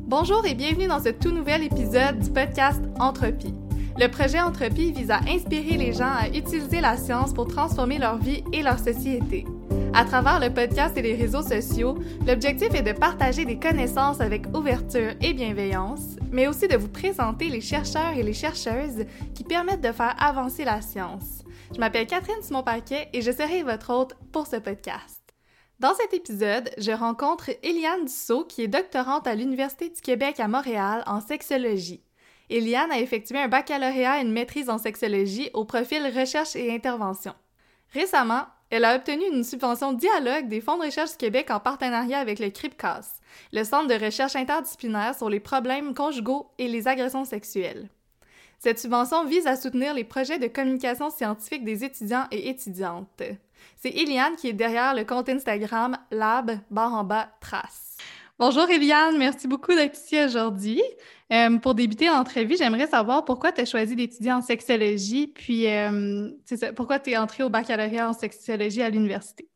Bonjour et bienvenue dans ce tout nouvel épisode du podcast Entropie. Le projet Entropie vise à inspirer les gens à utiliser la science pour transformer leur vie et leur société. À travers le podcast et les réseaux sociaux, l'objectif est de partager des connaissances avec ouverture et bienveillance, mais aussi de vous présenter les chercheurs et les chercheuses qui permettent de faire avancer la science. Je m'appelle Catherine Simon-Paquet et je serai votre hôte pour ce podcast. Dans cet épisode, je rencontre Éliane Dussault, qui est doctorante à l'Université du Québec à Montréal en sexologie. Éliane a effectué un baccalauréat et une maîtrise en sexologie au profil recherche et intervention. Récemment, elle a obtenu une subvention dialogue des Fonds de recherche du Québec en partenariat avec le CRIPCAS, le Centre de recherche interdisciplinaire sur les problèmes conjugaux et les agressions sexuelles. Cette subvention vise à soutenir les projets de communication scientifique des étudiants et étudiantes. C'est Éliane qui est derrière le compte Instagram lab_trace. Bonjour Éliane, merci beaucoup d'être ici aujourd'hui. Pour débuter l'entrevue, j'aimerais savoir pourquoi tu as choisi d'étudier en sexologie, puis pourquoi tu es entrée au baccalauréat en sexologie à l'université.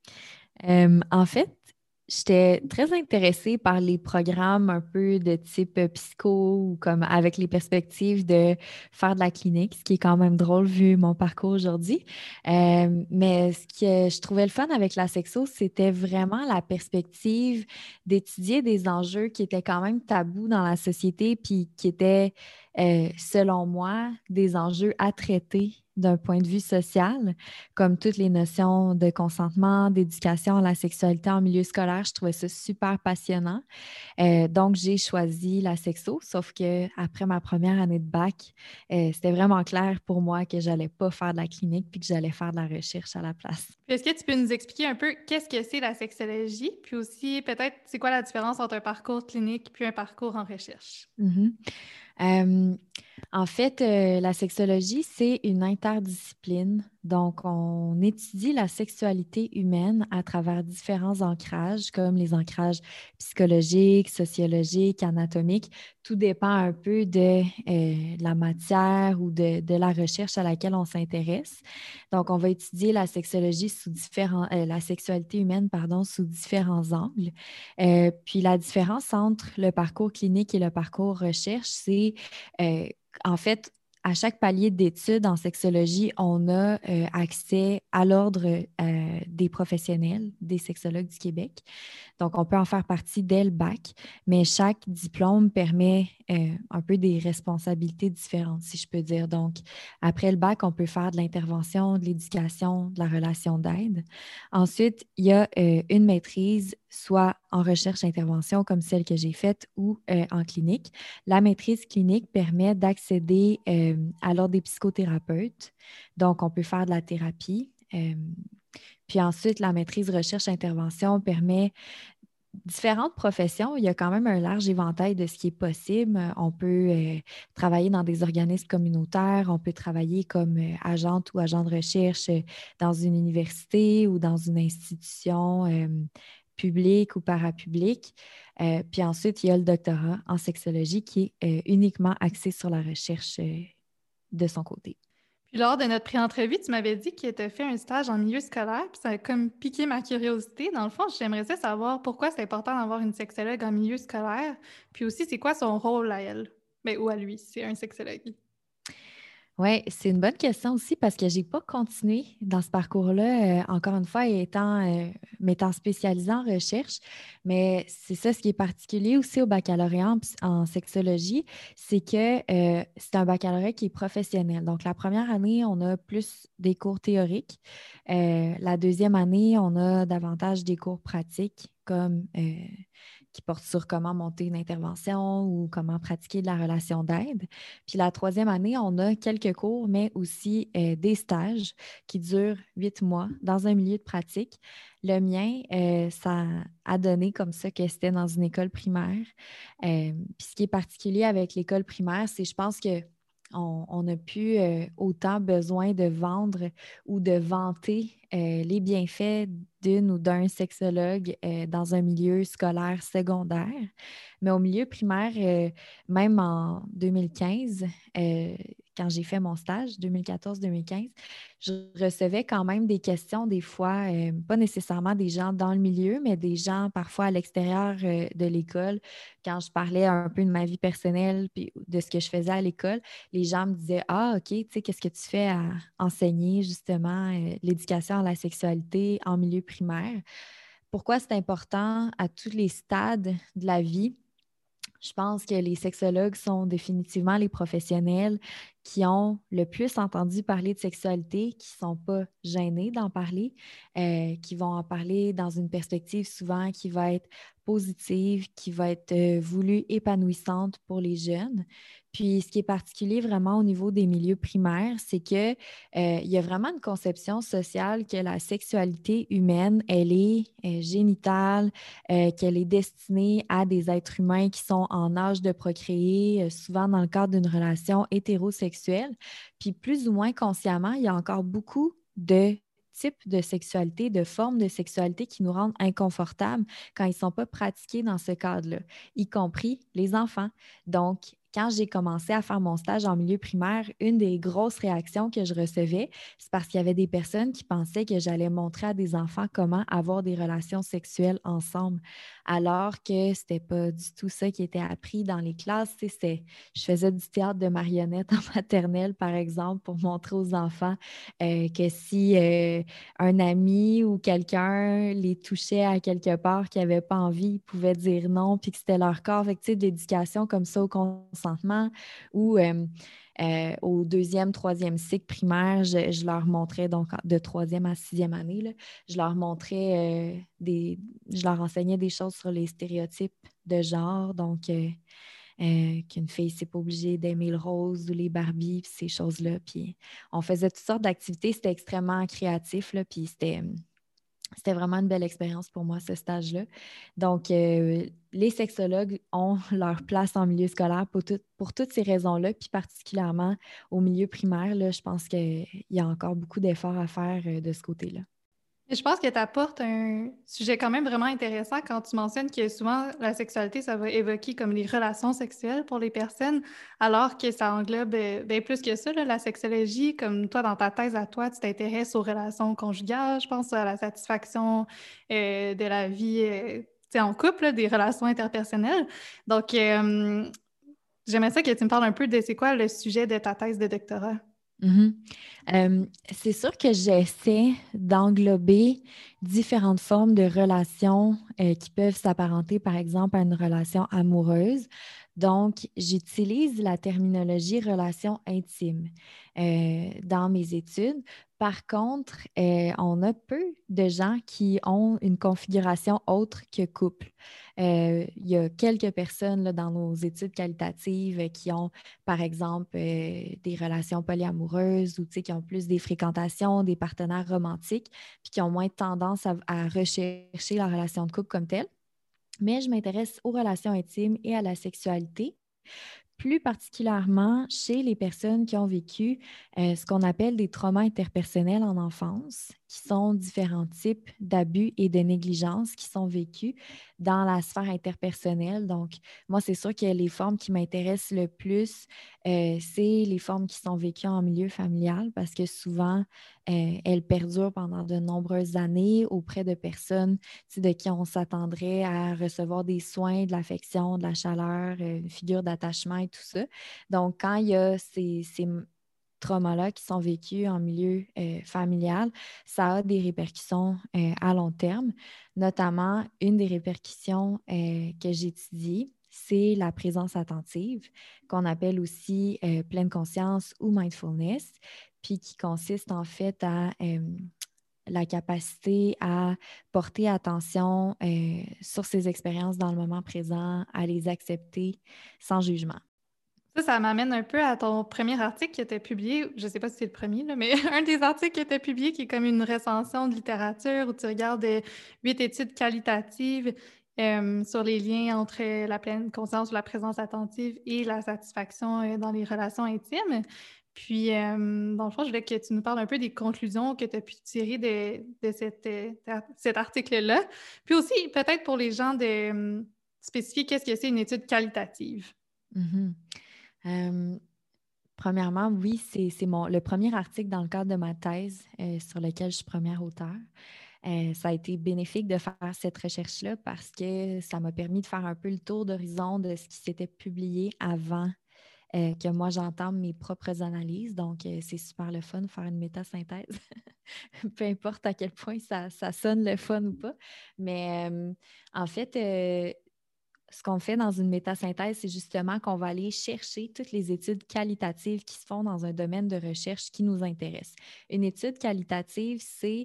En fait, j'étais très intéressée par les programmes un peu de type psycho ou comme avec les perspectives de faire de la clinique, ce qui est quand même drôle vu mon parcours aujourd'hui. Mais ce que je trouvais le fun avec la sexo, c'était vraiment la perspective d'étudier des enjeux qui étaient quand même tabous dans la société puis qui étaient, selon moi, des enjeux à traiter d'un point de vue social, comme toutes les notions de consentement, d'éducation à la sexualité en milieu scolaire. Je trouvais ça super passionnant. Donc, j'ai choisi la sexo, sauf qu'après ma première année de bac, c'était vraiment clair pour moi que j'allais pas faire de la clinique puis que j'allais faire de la recherche à la place. Est-ce que tu peux nous expliquer un peu qu'est-ce que c'est la sexologie, puis aussi peut-être c'est quoi la différence entre un parcours clinique puis un parcours en recherche? En fait, la sexologie, c'est une interdiscipline. Donc, on étudie la sexualité humaine à travers différents ancrages, comme les ancrages psychologiques, sociologiques, anatomiques. Tout dépend un peu de la matière ou de la recherche à laquelle on s'intéresse. Donc, on va étudier la sexologie la sexualité humaine, pardon, sous différents angles. Puis, la différence entre le parcours clinique et le parcours recherche, c'est en fait, à chaque palier d'études en sexologie, on a accès à l'ordre des professionnels, des sexologues du Québec. Donc, on peut en faire partie dès le bac, mais chaque diplôme permet un peu des responsabilités différentes, si je peux dire. Donc, après le bac, on peut faire de l'intervention, de l'éducation, de la relation d'aide. Ensuite, il y a une maîtrise, soit en recherche-intervention comme celle que j'ai faite ou en clinique. La maîtrise clinique permet d'accéder à l'ordre des psychothérapeutes. Donc, on peut faire de la thérapie. Puis ensuite, la maîtrise recherche-intervention permet différentes professions. Il y a quand même un large éventail de ce qui est possible. On peut travailler dans des organismes communautaires, on peut travailler comme agente ou agent de recherche dans une université ou dans une institution publique ou parapublique. Puis ensuite, il y a le doctorat en sexologie qui est uniquement axé sur la recherche de son côté. Puis lors de notre pré-entrevue, tu m'avais dit que tu as fait un stage en milieu scolaire, puis ça a comme piqué ma curiosité. Dans le fond, j'aimerais savoir pourquoi c'est important d'avoir une sexologue en milieu scolaire, puis aussi c'est quoi son rôle à elle, ou à lui, c'est un sexologue. Oui, c'est une bonne question aussi parce que je n'ai pas continué dans ce parcours-là, encore une fois, m'étant spécialisée en recherche. Mais c'est ça, ce qui est particulier aussi au baccalauréat en sexologie, c'est que c'est un baccalauréat qui est professionnel. Donc, la première année, on a plus des cours théoriques. La deuxième année, on a davantage des cours pratiques comme qui portent sur comment monter une intervention ou comment pratiquer de la relation d'aide. Puis la troisième année, on a quelques cours, mais aussi des stages qui durent 8 mois dans un milieu de pratique. Le mien, ça a donné comme ça que c'était dans une école primaire. Puis ce qui est particulier avec l'école primaire, c'est je pense que on n'a plus autant besoin de vendre ou de vanter les bienfaits d'une ou d'un sexologue dans un milieu scolaire secondaire. Mais au milieu primaire, même en 2015, quand j'ai fait mon stage, 2014-2015, je recevais quand même des questions des fois, pas nécessairement des gens dans le milieu, mais des gens parfois à l'extérieur de l'école. Quand je parlais un peu de ma vie personnelle puis de ce que je faisais à l'école, les gens me disaient: «Ah, OK, tu sais, qu'est-ce que tu fais à enseigner justement l'éducation à la sexualité en milieu primaire?» Pourquoi c'est important à tous les stades de la vie? Je pense que les sexologues sont définitivement les professionnels qui ont le plus entendu parler de sexualité, qui ne sont pas gênés d'en parler, qui vont en parler dans une perspective souvent qui va être positive, qui va être voulue épanouissante pour les jeunes. Puis, ce qui est particulier vraiment au niveau des milieux primaires, c'est que il y a vraiment une conception sociale que la sexualité humaine, elle est génitale, qu'elle est destinée à des êtres humains qui sont en âge de procréer, souvent dans le cadre d'une relation hétérosexuelle. Puis plus ou moins consciemment, il y a encore beaucoup de types de sexualité, de formes de sexualité qui nous rendent inconfortables quand ils ne sont pas pratiqués dans ce cadre-là, y compris les enfants. Donc, quand j'ai commencé à faire mon stage en milieu primaire, une des grosses réactions que je recevais, c'est parce qu'il y avait des personnes qui pensaient que j'allais montrer à des enfants comment avoir des relations sexuelles ensemble, alors que c'était pas du tout ça qui était appris dans les classes. Je faisais du théâtre de marionnettes en maternelle, par exemple, pour montrer aux enfants que si un ami ou quelqu'un les touchait à quelque part qui n'avait pas envie, ils pouvaient dire non, puis que c'était leur corps. Fait que, tu sais, de l'éducation comme ça au consentement ou au deuxième, troisième cycle primaire, je leur montrais, donc de troisième à sixième année, là, je leur montrais je leur enseignais des choses sur les stéréotypes de genre, donc qu'une fille, c'est pas obligé d'aimer le rose ou les Barbies, puis ces choses-là. Puis on faisait toutes sortes d'activités, c'était extrêmement créatif, là, puis c'était vraiment une belle expérience pour moi, ce stage-là. Donc, les sexologues ont leur place en milieu scolaire pour toutes ces raisons-là, puis particulièrement au milieu primaire, là, je pense qu'il y a encore beaucoup d'efforts à faire de ce côté-là. Et je pense que tu apportes un sujet quand même vraiment intéressant quand tu mentionnes que souvent la sexualité, ça va évoquer comme les relations sexuelles pour les personnes, alors que ça englobe bien plus que ça, là, la sexologie. Comme toi, dans ta thèse à toi, tu t'intéresses aux relations conjugales, je pense à la satisfaction de la vie tu sais, en couple, là, des relations interpersonnelles. Donc, j'aimerais ça que tu me parles un peu de c'est quoi le sujet de ta thèse de doctorat. Mhm. C'est sûr que j'essaie d'englober différentes formes de relations qui peuvent s'apparenter, par exemple, à une relation amoureuse. Donc, j'utilise la terminologie relation intime dans mes études. Par contre, on a peu de gens qui ont une configuration autre que couple. Il y a quelques personnes là, dans nos études qualitatives qui ont par exemple, des relations polyamoureuses ou qui ont plus des fréquentations, des partenaires romantiques, puis qui ont moins tendance à rechercher la relation de couple comme telle. Mais je m'intéresse aux relations intimes et à la sexualité, plus particulièrement chez les personnes qui ont vécu ce qu'on appelle des traumas interpersonnels en enfance, qui sont différents types d'abus et de négligences qui sont vécus dans la sphère interpersonnelle. Donc, moi, c'est sûr que les formes qui m'intéressent le plus, c'est les formes qui sont vécues en milieu familial parce que souvent, elles perdurent pendant de nombreuses années auprès de personnes de qui on s'attendrait à recevoir des soins, de l'affection, de la chaleur, une figure d'attachement et tout ça. Donc, quand il y a ces traumas-là qui sont vécus en milieu familial, ça a des répercussions à long terme. Notamment, une des répercussions que j'étudie, c'est la présence attentive, qu'on appelle aussi pleine conscience ou mindfulness, puis qui consiste en fait à la capacité à porter attention sur ses expériences dans le moment présent, à les accepter sans jugement. Ça m'amène un peu à ton premier article qui était publié, je ne sais pas si c'est le premier, là, mais un des articles qui était publié qui est comme une recension de littérature où tu regardes 8 études qualitatives sur les liens entre la pleine conscience ou la présence attentive et la satisfaction dans les relations intimes. Puis, dans le fond, je voulais que tu nous parles un peu des conclusions que tu as pu tirer de cet article-là. Puis aussi, peut-être pour les gens, de spécifier qu'est-ce que c'est une étude qualitative. Mm-hmm. Premièrement, oui, c'est le premier article dans le cadre de ma thèse sur lequel je suis première auteure. Ça a été bénéfique de faire cette recherche-là parce que ça m'a permis de faire un peu le tour d'horizon de ce qui s'était publié avant que moi j'entame mes propres analyses. Donc, c'est super le fun de faire une métasynthèse. Peu importe à quel point ça sonne le fun ou pas. Mais en fait, ce qu'on fait dans une métasynthèse, c'est justement qu'on va aller chercher toutes les études qualitatives qui se font dans un domaine de recherche qui nous intéresse. Une étude qualitative, c'est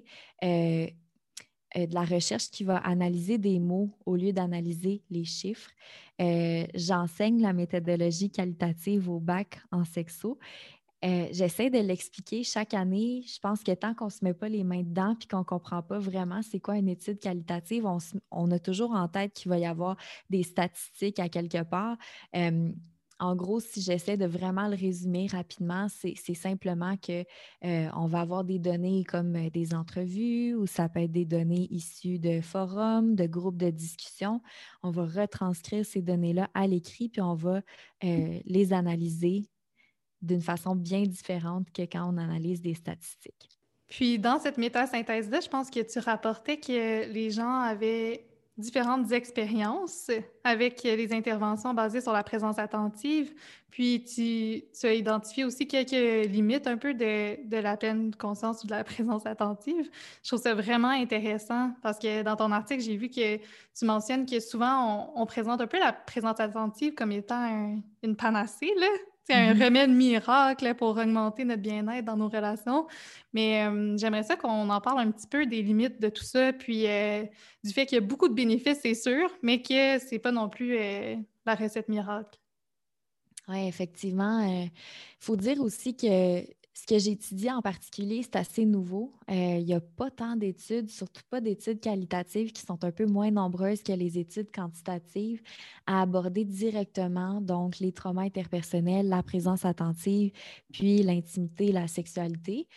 de la recherche qui va analyser des mots au lieu d'analyser les chiffres. J'enseigne la méthodologie qualitative au bac en sexo. J'essaie de l'expliquer chaque année. Je pense que tant qu'on ne se met pas les mains dedans et qu'on ne comprend pas vraiment c'est quoi une étude qualitative, on a toujours en tête qu'il va y avoir des statistiques à quelque part. En gros, si j'essaie de vraiment le résumer rapidement, c'est simplement qu'on va avoir des données comme des entrevues ou ça peut être des données issues de forums, de groupes de discussion. On va retranscrire ces données-là à l'écrit puis on va les analyser d'une façon bien différente que quand on analyse des statistiques. Puis dans cette métasynthèse-là, je pense que tu rapportais que les gens avaient différentes expériences avec les interventions basées sur la présence attentive. Puis tu as identifié aussi quelques limites un peu de la pleine conscience ou de la présence attentive. Je trouve ça vraiment intéressant parce que dans ton article, j'ai vu que tu mentionnes que souvent on présente un peu la présence attentive comme étant une panacée, là. C'est un remède miracle pour augmenter notre bien-être dans nos relations. Mais j'aimerais ça qu'on en parle un petit peu des limites de tout ça, puis du fait qu'il y a beaucoup de bénéfices, c'est sûr, mais que c'est pas non plus la recette miracle. Oui, effectivement. Il faut dire aussi que ce que j'étudie en particulier, c'est assez nouveau. Il n'y a pas tant d'études, surtout pas d'études qualitatives qui sont un peu moins nombreuses que les études quantitatives à aborder directement, donc les traumas interpersonnels, la présence attentive, puis l'intimité, la sexualité.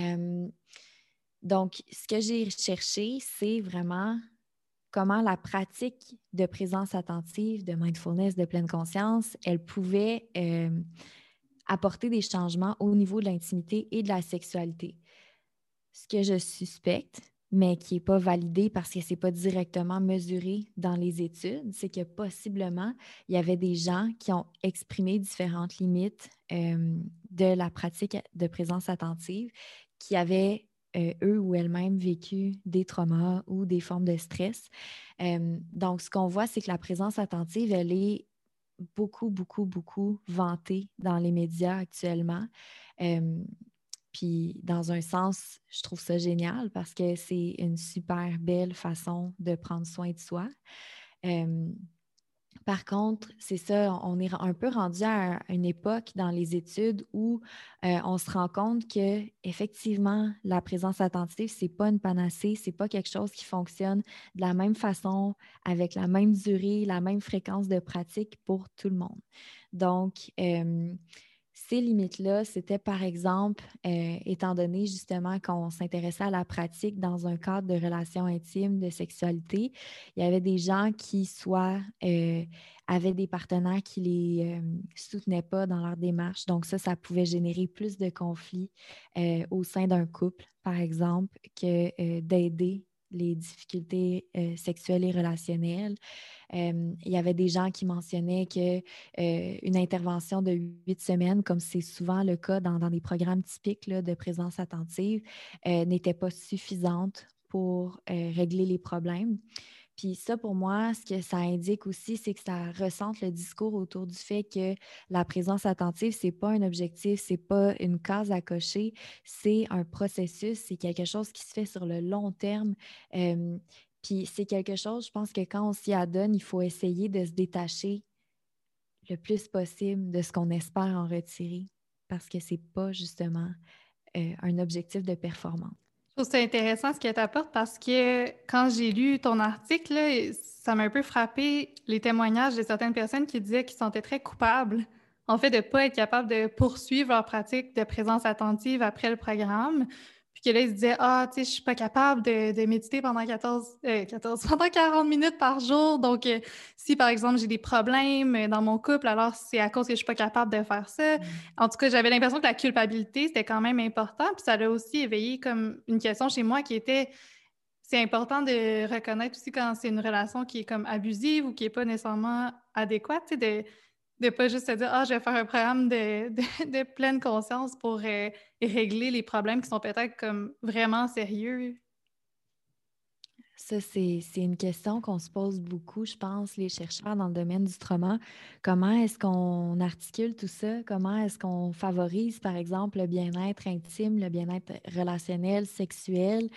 Donc, ce que j'ai cherché, c'est vraiment comment la pratique de présence attentive, de mindfulness, de pleine conscience, elle pouvait apporter des changements au niveau de l'intimité et de la sexualité. Ce que je suspecte, mais qui n'est pas validé parce que ce n'est pas directement mesuré dans les études, c'est que possiblement, il y avait des gens qui ont exprimé différentes limites de la pratique de présence attentive qui avaient eux ou elles-mêmes vécu des traumas ou des formes de stress. Donc, ce qu'on voit, c'est que la présence attentive, elle est beaucoup, beaucoup, beaucoup vantée dans les médias actuellement. Puis, dans un sens, je trouve ça génial parce que c'est une super belle façon de prendre soin de soi. Par contre, c'est ça, on est un peu rendu à une époque dans les études où on se rend compte que effectivement, la présence attentive, c'est pas une panacée, c'est pas quelque chose qui fonctionne de la même façon, avec la même durée, la même fréquence de pratique pour tout le monde. Donc, ces limites-là, c'était par exemple, étant donné justement qu'on s'intéressait à la pratique dans un cadre de relations intimes, de sexualité, il y avait des gens qui soit avaient des partenaires qui les soutenaient pas dans leur démarche. Donc ça pouvait générer plus de conflits au sein d'un couple, par exemple, que d'aider les difficultés sexuelles et relationnelles. Il y avait des gens qui mentionnaient qu'une intervention de 8 semaines, comme c'est souvent le cas dans des programmes typiques là, de présence attentive, n'était pas suffisante pour régler les problèmes. Puis ça, pour moi, ce que ça indique aussi, c'est que ça ressente le discours autour du fait que la présence attentive, c'est pas un objectif, c'est pas une case à cocher, c'est un processus, c'est quelque chose qui se fait sur le long terme. Puis c'est quelque chose, je pense que quand on s'y adonne, il faut essayer de se détacher le plus possible de ce qu'on espère en retirer parce que c'est pas justement un objectif de performance. Je trouve ça intéressant ce que tu apportes parce que quand j'ai lu ton article, là, ça m'a un peu frappé les témoignages de certaines personnes qui disaient qu'ils se sentaient très coupables, en fait, de ne pas être capables de poursuivre leur pratique de présence attentive après le programme. Puis que là, il se disait, ah, tu sais, je suis pas capable de méditer pendant 14 pendant 40 minutes par jour. Donc, si par exemple, j'ai des problèmes dans mon couple, alors c'est à cause que je suis pas capable de faire ça. En tout cas, j'avais l'impression que la culpabilité, c'était quand même important. Puis ça l'a aussi éveillé comme une question chez moi qui était, c'est important de reconnaître aussi quand c'est une relation qui est comme abusive ou qui est pas nécessairement adéquate, tu sais, de pas juste se dire, ah, je vais faire un programme de pleine conscience pour régler les problèmes qui sont peut-être comme vraiment sérieux. Ça, c'est une question qu'on se pose beaucoup, je pense, les chercheurs dans le domaine du trauma. Comment est-ce qu'on articule tout ça? Comment est-ce qu'on favorise, par exemple, le bien-être intime, le bien-être relationnel, sexuel,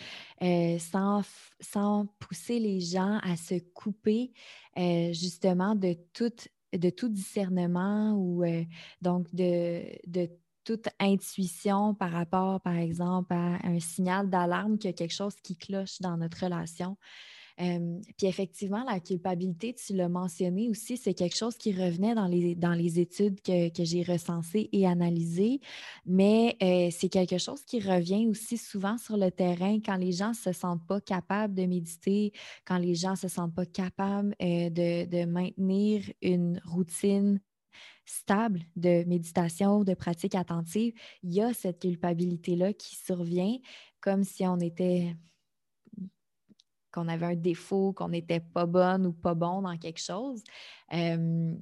sans pousser les gens à se couper justement de tout discernement ou donc de toute intuition par rapport, par exemple, à un signal d'alarme qu'il y a quelque chose qui cloche dans notre relation. Puis effectivement, la culpabilité, tu l'as mentionné aussi, c'est quelque chose qui revenait dans les études que j'ai recensées et analysées, mais c'est quelque chose qui revient aussi souvent sur le terrain quand les gens ne se sentent pas capables de méditer, quand les gens ne se sentent pas capables de maintenir une routine stable de méditation, de pratique attentive, il y a cette culpabilité-là qui survient comme si qu'on avait un défaut, qu'on n'était pas bonne ou pas bon dans quelque chose. Euh,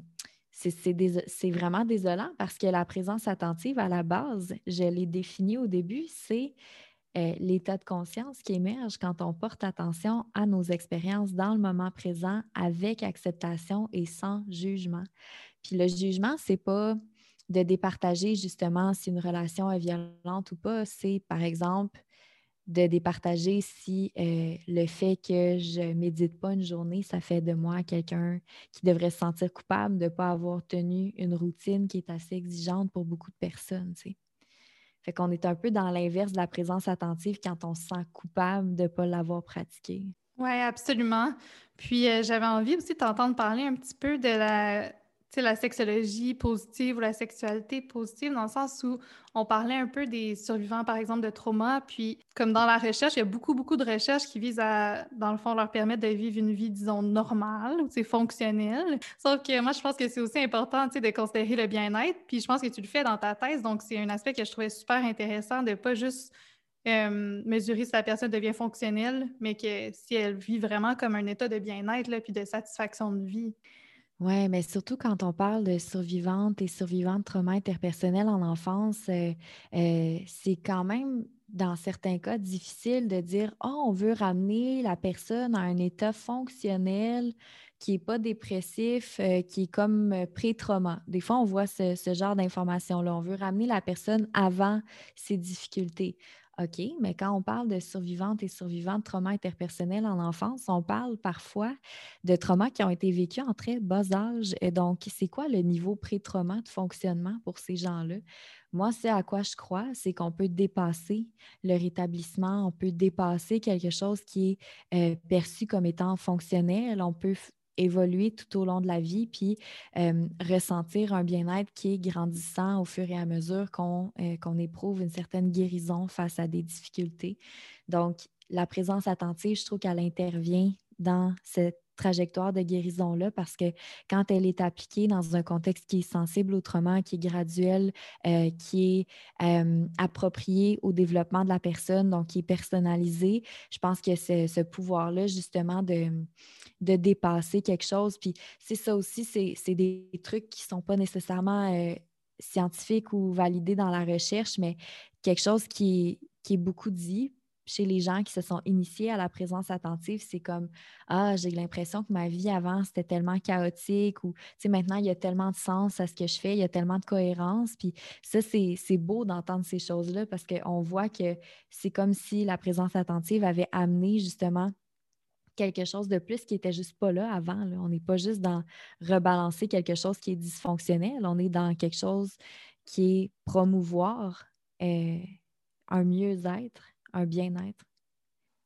c'est vraiment désolant parce que la présence attentive, à la base, je l'ai définie au début, c'est l'état de conscience qui émerge quand on porte attention à nos expériences dans le moment présent avec acceptation et sans jugement. Puis le jugement, c'est pas de départager justement si une relation est violente ou pas, c'est par exemple de départager si le fait que je médite pas une journée, ça fait de moi quelqu'un qui devrait se sentir coupable de ne pas avoir tenu une routine qui est assez exigeante pour beaucoup de personnes, tu sais. Fait qu'on est un peu dans l'inverse de la présence attentive quand on se sent coupable de ne pas l'avoir pratiquée. Oui, absolument. Puis j'avais envie aussi de t'entendre parler un petit peu de tu sais, la sexologie positive ou la sexualité positive, dans le sens où on parlait un peu des survivants, par exemple, de trauma. Puis comme dans la recherche, il y a beaucoup, beaucoup de recherches qui visent à, dans le fond, leur permettre de vivre une vie, disons, normale ou, tu sais, fonctionnelle. Sauf que moi, je pense que c'est aussi important, tu sais, de considérer le bien-être. Puis je pense que tu le fais dans ta thèse. Donc, c'est un aspect que je trouvais super intéressant de pas juste mesurer si la personne devient fonctionnelle, mais que si elle vit vraiment comme un état de bien-être là, puis de satisfaction de vie. Oui, mais surtout quand on parle de survivantes et survivants de trauma interpersonnel en enfance, c'est quand même, dans certains cas, difficile de dire, oh, on veut ramener la personne à un état fonctionnel qui n'est pas dépressif, qui est comme pré-trauma. Des fois, on voit ce genre d'informations-là. On veut ramener la personne avant ses difficultés. OK, mais quand on parle de survivantes et survivants de trauma interpersonnel en enfance, on parle parfois de traumas qui ont été vécus en très bas âge. Et donc, c'est quoi le niveau pré-trauma de fonctionnement pour ces gens-là? Moi, c'est à quoi je crois, c'est qu'on peut dépasser le rétablissement, on peut dépasser quelque chose qui est perçu comme étant fonctionnel, on peut évoluer tout au long de la vie, puis ressentir un bien-être qui est grandissant au fur et à mesure qu'on éprouve une certaine guérison face à des difficultés. Donc, la présence attentive, je trouve qu'elle intervient dans cette trajectoire de guérison-là parce que quand elle est appliquée dans un contexte qui est sensible au trauma, qui est graduel, qui est approprié au développement de la personne, donc qui est personnalisé, je pense que c'est ce pouvoir-là, justement, de dépasser quelque chose. Puis c'est ça aussi, c'est des trucs qui ne sont pas nécessairement scientifiques ou validés dans la recherche, mais quelque chose qui est beaucoup dit chez les gens qui se sont initiés à la présence attentive, c'est comme ah, j'ai l'impression que ma vie avant, c'était tellement chaotique ou tu sais, maintenant, il y a tellement de sens à ce que je fais, il y a tellement de cohérence. Puis ça, c'est beau d'entendre ces choses-là parce qu'on voit que c'est comme si la présence attentive avait amené justement quelque chose de plus qui était juste pas là avant, là. On n'est pas juste dans rebalancer quelque chose qui est dysfonctionnel, on est dans quelque chose qui est promouvoir un mieux-être, un bien-être.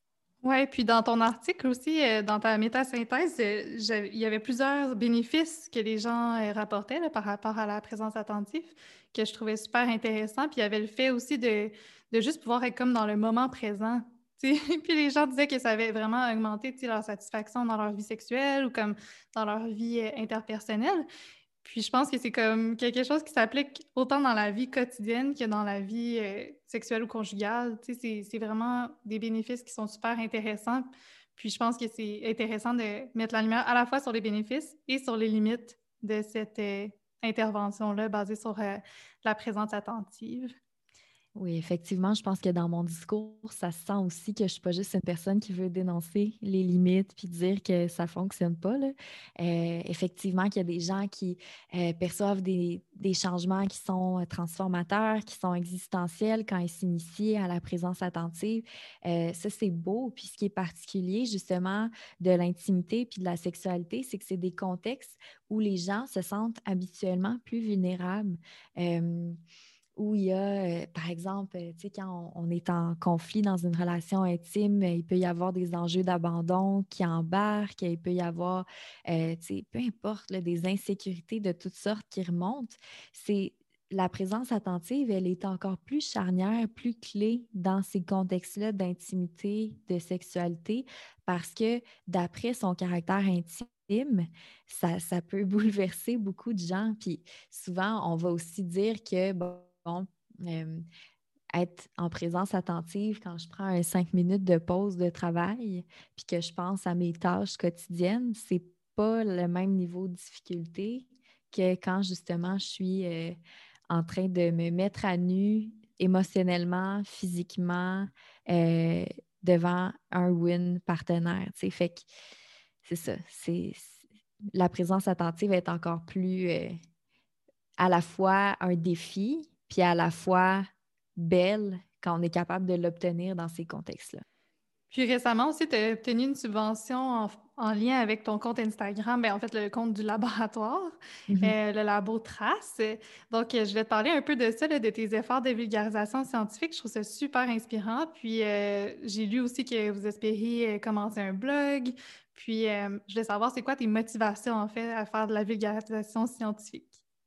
Ouais, puis dans ton article aussi, dans ta métasynthèse, il y avait plusieurs bénéfices que les gens rapportaient là, par rapport à la présence attentive, que je trouvais super intéressant. Puis il y avait le fait aussi de juste pouvoir être comme dans le moment présent. Tu sais. Puis les gens disaient que ça avait vraiment augmenté tu sais, leur satisfaction dans leur vie sexuelle ou comme dans leur vie interpersonnelle. Puis je pense que c'est comme quelque chose qui s'applique autant dans la vie quotidienne que dans la vie, sexuelle ou conjugale. Tu sais, c'est vraiment des bénéfices qui sont super intéressants. Puis je pense que c'est intéressant de mettre la lumière à la fois sur les bénéfices et sur les limites de cette, intervention-là basée sur, la présence attentive. Oui, effectivement, je pense que dans mon discours, ça se sent aussi que je suis pas juste une personne qui veut dénoncer les limites puis dire que ça fonctionne pas, là. Effectivement, qu'il y a des gens qui perçoivent des changements qui sont transformateurs, qui sont existentiels quand ils s'initient à la présence attentive. Ça, c'est beau. Puis ce qui est particulier, justement, de l'intimité puis de la sexualité, c'est que c'est des contextes où les gens se sentent habituellement plus vulnérables. Euh, où il y a, par exemple, tu sais, quand on est en conflit dans une relation intime, il peut y avoir des enjeux d'abandon qui embarquent, il peut y avoir, tu sais, peu importe, là, des insécurités de toutes sortes qui remontent. C'est la présence attentive, elle est encore plus charnière, plus clé dans ces contextes-là d'intimité, de sexualité, parce que d'après son caractère intime, ça peut bouleverser beaucoup de gens. Puis souvent, on va aussi dire que, bon, euh, être en présence attentive quand je prends un 5 minutes de pause de travail, puis que je pense à mes tâches quotidiennes, c'est pas le même niveau de difficulté que quand justement je suis en train de me mettre à nu émotionnellement, physiquement, euh, devant un win partenaire. Tu sais. Fait que c'est ça. La présence attentive est encore plus à la fois un défi, puis à la fois belle quand on est capable de l'obtenir dans ces contextes-là. Puis récemment aussi, tu as obtenu une subvention en lien avec ton compte Instagram, ben, en fait, le compte du laboratoire, Mhm. le labo Trace. Donc, je vais te parler un peu de ça, là, de tes efforts de vulgarisation scientifique. Je trouve ça super inspirant. Puis, j'ai lu aussi que vous espériez commencer un blog. Puis, je voulais savoir, c'est quoi tes motivations, en fait, à faire de la vulgarisation scientifique?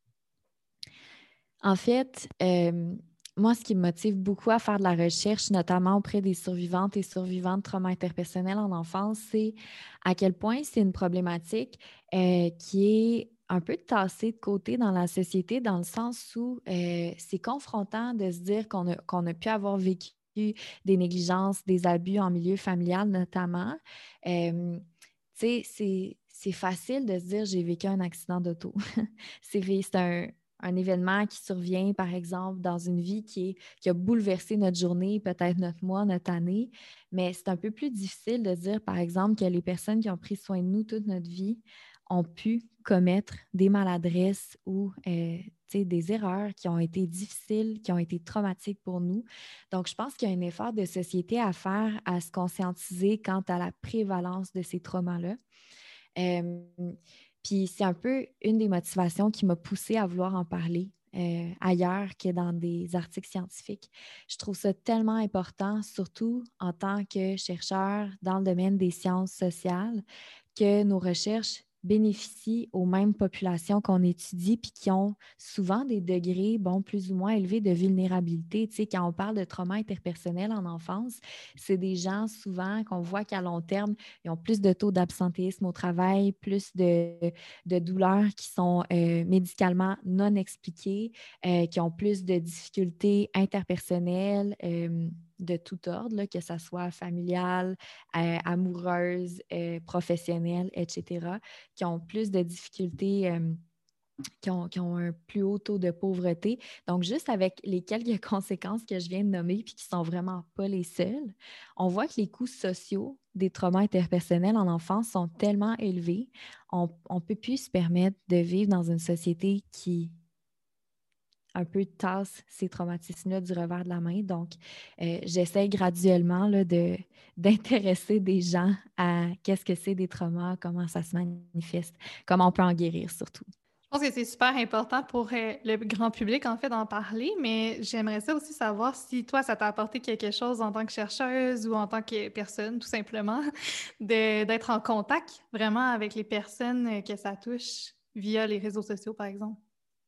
En fait, moi, ce qui me motive beaucoup à faire de la recherche, notamment auprès des survivantes et survivants de traumas interpersonnels en enfance, c'est à quel point c'est une problématique qui est un peu tassée de côté dans la société, dans le sens où c'est confrontant de se dire qu'on a pu avoir vécu des négligences, des abus en milieu familial notamment. Tu sais, c'est facile de se dire j'ai vécu un accident d'auto. C'est un événement qui survient, par exemple, dans une vie qui a bouleversé notre journée, peut-être notre mois, notre année. Mais c'est un peu plus difficile de dire, par exemple, que les personnes qui ont pris soin de nous toute notre vie ont pu commettre des maladresses ou tu sais, des erreurs qui ont été difficiles, qui ont été traumatiques pour nous. Donc, je pense qu'il y a un effort de société à faire à se conscientiser quant à la prévalence de ces traumas-là. Euh, Puis c'est un peu une des motivations qui m'a poussée à vouloir en parler ailleurs que dans des articles scientifiques. Je trouve ça tellement important, surtout en tant que chercheur dans le domaine des sciences sociales, que nos recherches bénéficient aux mêmes populations qu'on étudie puis qui ont souvent des degrés, bon, plus ou moins élevés de vulnérabilité. Tu sais, quand on parle de trauma interpersonnel en enfance, c'est des gens souvent qu'on voit qu'à long terme, ils ont plus de taux d'absentéisme au travail, plus de douleurs qui sont médicalement non expliquées, qui ont plus de difficultés interpersonnelles de tout ordre, là, que ce soit familiale, amoureuse, professionnelle, etc., qui ont plus de difficultés. Qui ont un plus haut taux de pauvreté. Donc, juste avec les quelques conséquences que je viens de nommer, puis qui ne sont vraiment pas les seules, on voit que les coûts sociaux des traumas interpersonnels en enfance sont tellement élevés, on ne peut plus se permettre de vivre dans une société qui un peu tasse ces traumatismes-là du revers de la main. Donc, j'essaie graduellement là, d'intéresser des gens à qu'est-ce que c'est des traumas, comment ça se manifeste, comment on peut en guérir surtout. Je Je pense que c'est super important pour le grand public, en fait, d'en parler, mais j'aimerais ça aussi savoir si toi, ça t'a apporté quelque chose en tant que chercheuse ou en tant que personne, tout simplement, d'être en contact vraiment avec les personnes que ça touche via les réseaux sociaux, par exemple.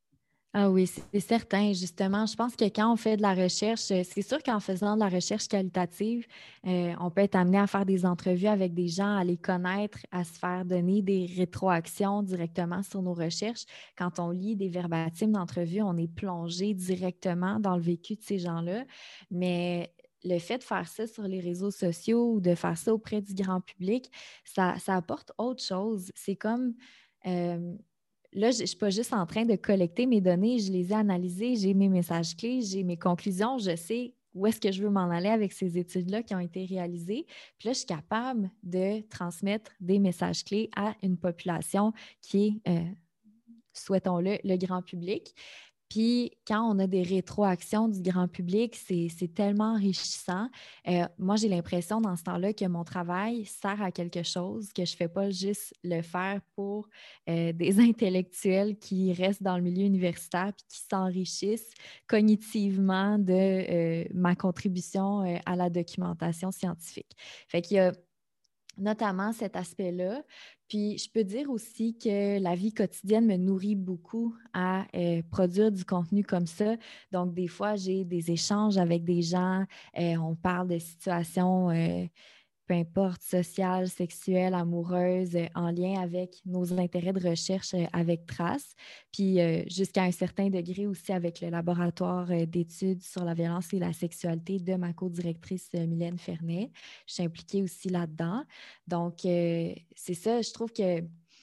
Ah oui, c'est certain. Justement, je pense que quand on fait de la recherche, c'est sûr qu'en faisant de la recherche qualitative, on peut être amené à faire des entrevues avec des gens, à les connaître, à se faire donner des rétroactions directement sur nos recherches. Quand on lit des verbatims d'entrevue, on est plongé directement dans le vécu de ces gens-là. Mais le fait de faire ça sur les réseaux sociaux ou de faire ça auprès du grand public, ça apporte autre chose. C'est comme... euh, Là, je ne suis pas juste en train de collecter mes données, je les ai analysées, j'ai mes messages clés, j'ai mes conclusions, je sais où est-ce que je veux m'en aller avec ces études-là qui ont été réalisées. Puis là, je suis capable de transmettre des messages clés à une population qui est, souhaitons-le, le grand public. Puis quand on a des rétroactions du grand public, c'est tellement enrichissant. Moi, j'ai l'impression dans ce temps-là que mon travail sert à quelque chose, que je ne fais pas juste le faire pour des intellectuels qui restent dans le milieu universitaire puis qui s'enrichissent cognitivement de ma contribution à la documentation scientifique. Fait qu'il y a notamment cet aspect-là. Puis, je peux dire aussi que la vie quotidienne me nourrit beaucoup à produire du contenu comme ça. Donc, des fois, j'ai des échanges avec des gens, on parle de situations peu importe, sociale, sexuelle, amoureuse, en lien avec nos intérêts de recherche avec Trace, puis jusqu'à un certain degré aussi avec le laboratoire d'études sur la violence et la sexualité de ma co-directrice Mylène Fernet. Je suis impliquée aussi là-dedans. Donc, c'est ça, je trouve que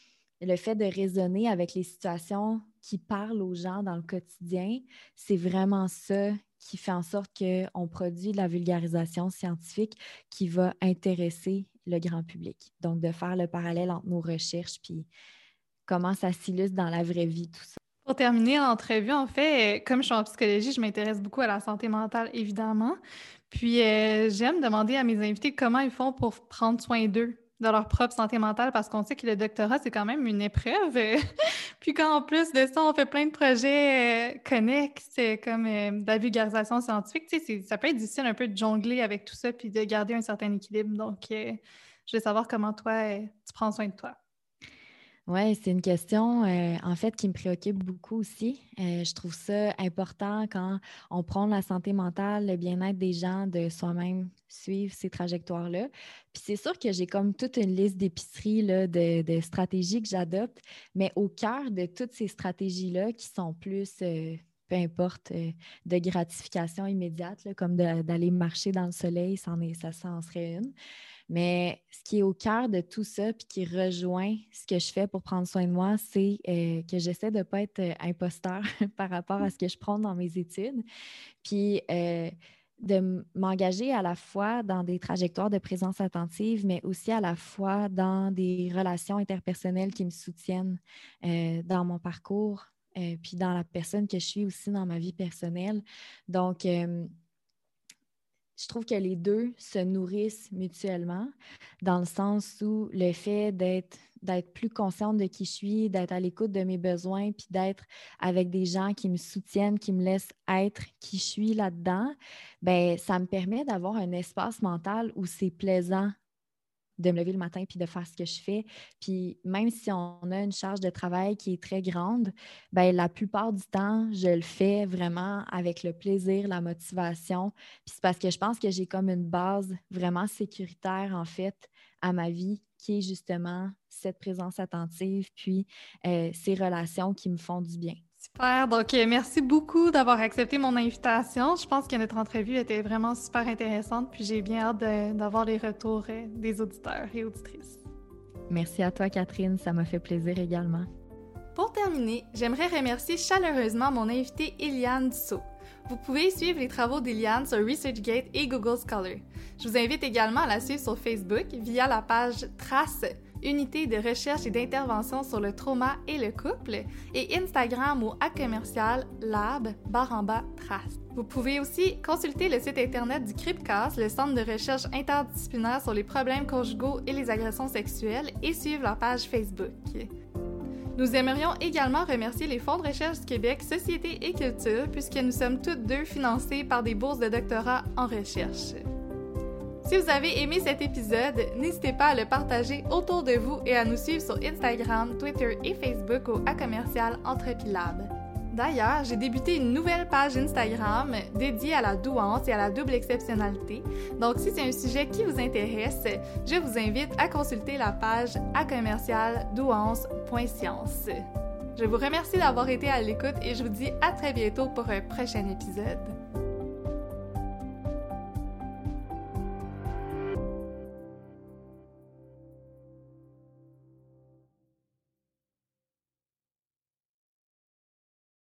le fait de raisonner avec les situations qui parlent aux gens dans le quotidien, c'est vraiment ça qui fait en sorte qu'on produit de la vulgarisation scientifique qui va intéresser le grand public. Donc, de faire le parallèle entre nos recherches puis comment ça s'illustre dans la vraie vie, tout ça. Pour terminer l'entrevue, en fait, comme je suis en psychologie, je m'intéresse beaucoup à la santé mentale, évidemment. Puis, j'aime demander à mes invités comment ils font pour prendre soin d'eux, de leur propre santé mentale, parce qu'on sait que le doctorat, c'est quand même une épreuve. Puis quand en plus de ça, on fait plein de projets connexes, comme de la vulgarisation scientifique, tu sais, ça peut être difficile un peu de jongler avec tout ça puis de garder un certain équilibre. Donc, je veux savoir comment toi, tu prends soin de toi. Oui, c'est une question, en fait, qui me préoccupe beaucoup aussi. Je trouve ça important quand on prend la santé mentale, le bien-être des gens, de soi-même suivre ces trajectoires-là. Puis c'est sûr que j'ai comme toute une liste d'épiceries là, de stratégies que j'adopte, mais au cœur de toutes ces stratégies-là qui sont plus, peu importe, de gratification immédiate, là, comme d'aller marcher dans le soleil, ça en serait une. Mais ce qui est au cœur de tout ça, puis qui rejoint ce que je fais pour prendre soin de moi, c'est que j'essaie de ne pas être imposteur par rapport à ce que je prends dans mes études. Puis de m'engager à la fois dans des trajectoires de présence attentive, mais aussi à la fois dans des relations interpersonnelles qui me soutiennent dans mon parcours, puis dans la personne que je suis aussi dans ma vie personnelle. Donc, je trouve que les deux se nourrissent mutuellement dans le sens où le fait d'être plus consciente de qui je suis, d'être à l'écoute de mes besoins, puis d'être avec des gens qui me soutiennent, qui me laissent être qui je suis là-dedans, ben ça me permet d'avoir un espace mental où c'est plaisant de me lever le matin puis de faire ce que je fais. Puis même si on a une charge de travail qui est très grande, ben la plupart du temps, je le fais vraiment avec le plaisir, la motivation. Puis c'est parce que je pense que j'ai comme une base vraiment sécuritaire, en fait, à ma vie, qui est justement cette présence attentive, puis ces relations qui me font du bien. Super. Donc, merci beaucoup d'avoir accepté mon invitation. Je pense que notre entrevue était vraiment super intéressante, puis j'ai bien hâte d'avoir les retours des auditeurs et auditrices. Merci à toi, Catherine. Ça m'a fait plaisir également. Pour terminer, j'aimerais remercier chaleureusement mon invitée Eliane Dussault. Vous pouvez suivre les travaux d'Eliane sur ResearchGate et Google Scholar. Je vous invite également à la suivre sur Facebook via la page Trace, unité de recherche et d'intervention sur le trauma et le couple, et Instagram ou @lab_trace. Vous pouvez aussi consulter le site internet du CRIPCAS, le centre de recherche interdisciplinaire sur les problèmes conjugaux et les agressions sexuelles, et suivre leur page Facebook. Nous aimerions également remercier les Fonds de recherche du Québec, Société et Culture, puisque nous sommes toutes deux financées par des bourses de doctorat en recherche. Si vous avez aimé cet épisode, n'hésitez pas à le partager autour de vous et à nous suivre sur Instagram, Twitter et Facebook au @entropilab. D'ailleurs, j'ai débuté une nouvelle page Instagram dédiée à la douance et à la double exceptionnalité. Donc, si c'est un sujet qui vous intéresse, je vous invite à consulter la page @douance.science. Je vous remercie d'avoir été à l'écoute et je vous dis à très bientôt pour un prochain épisode.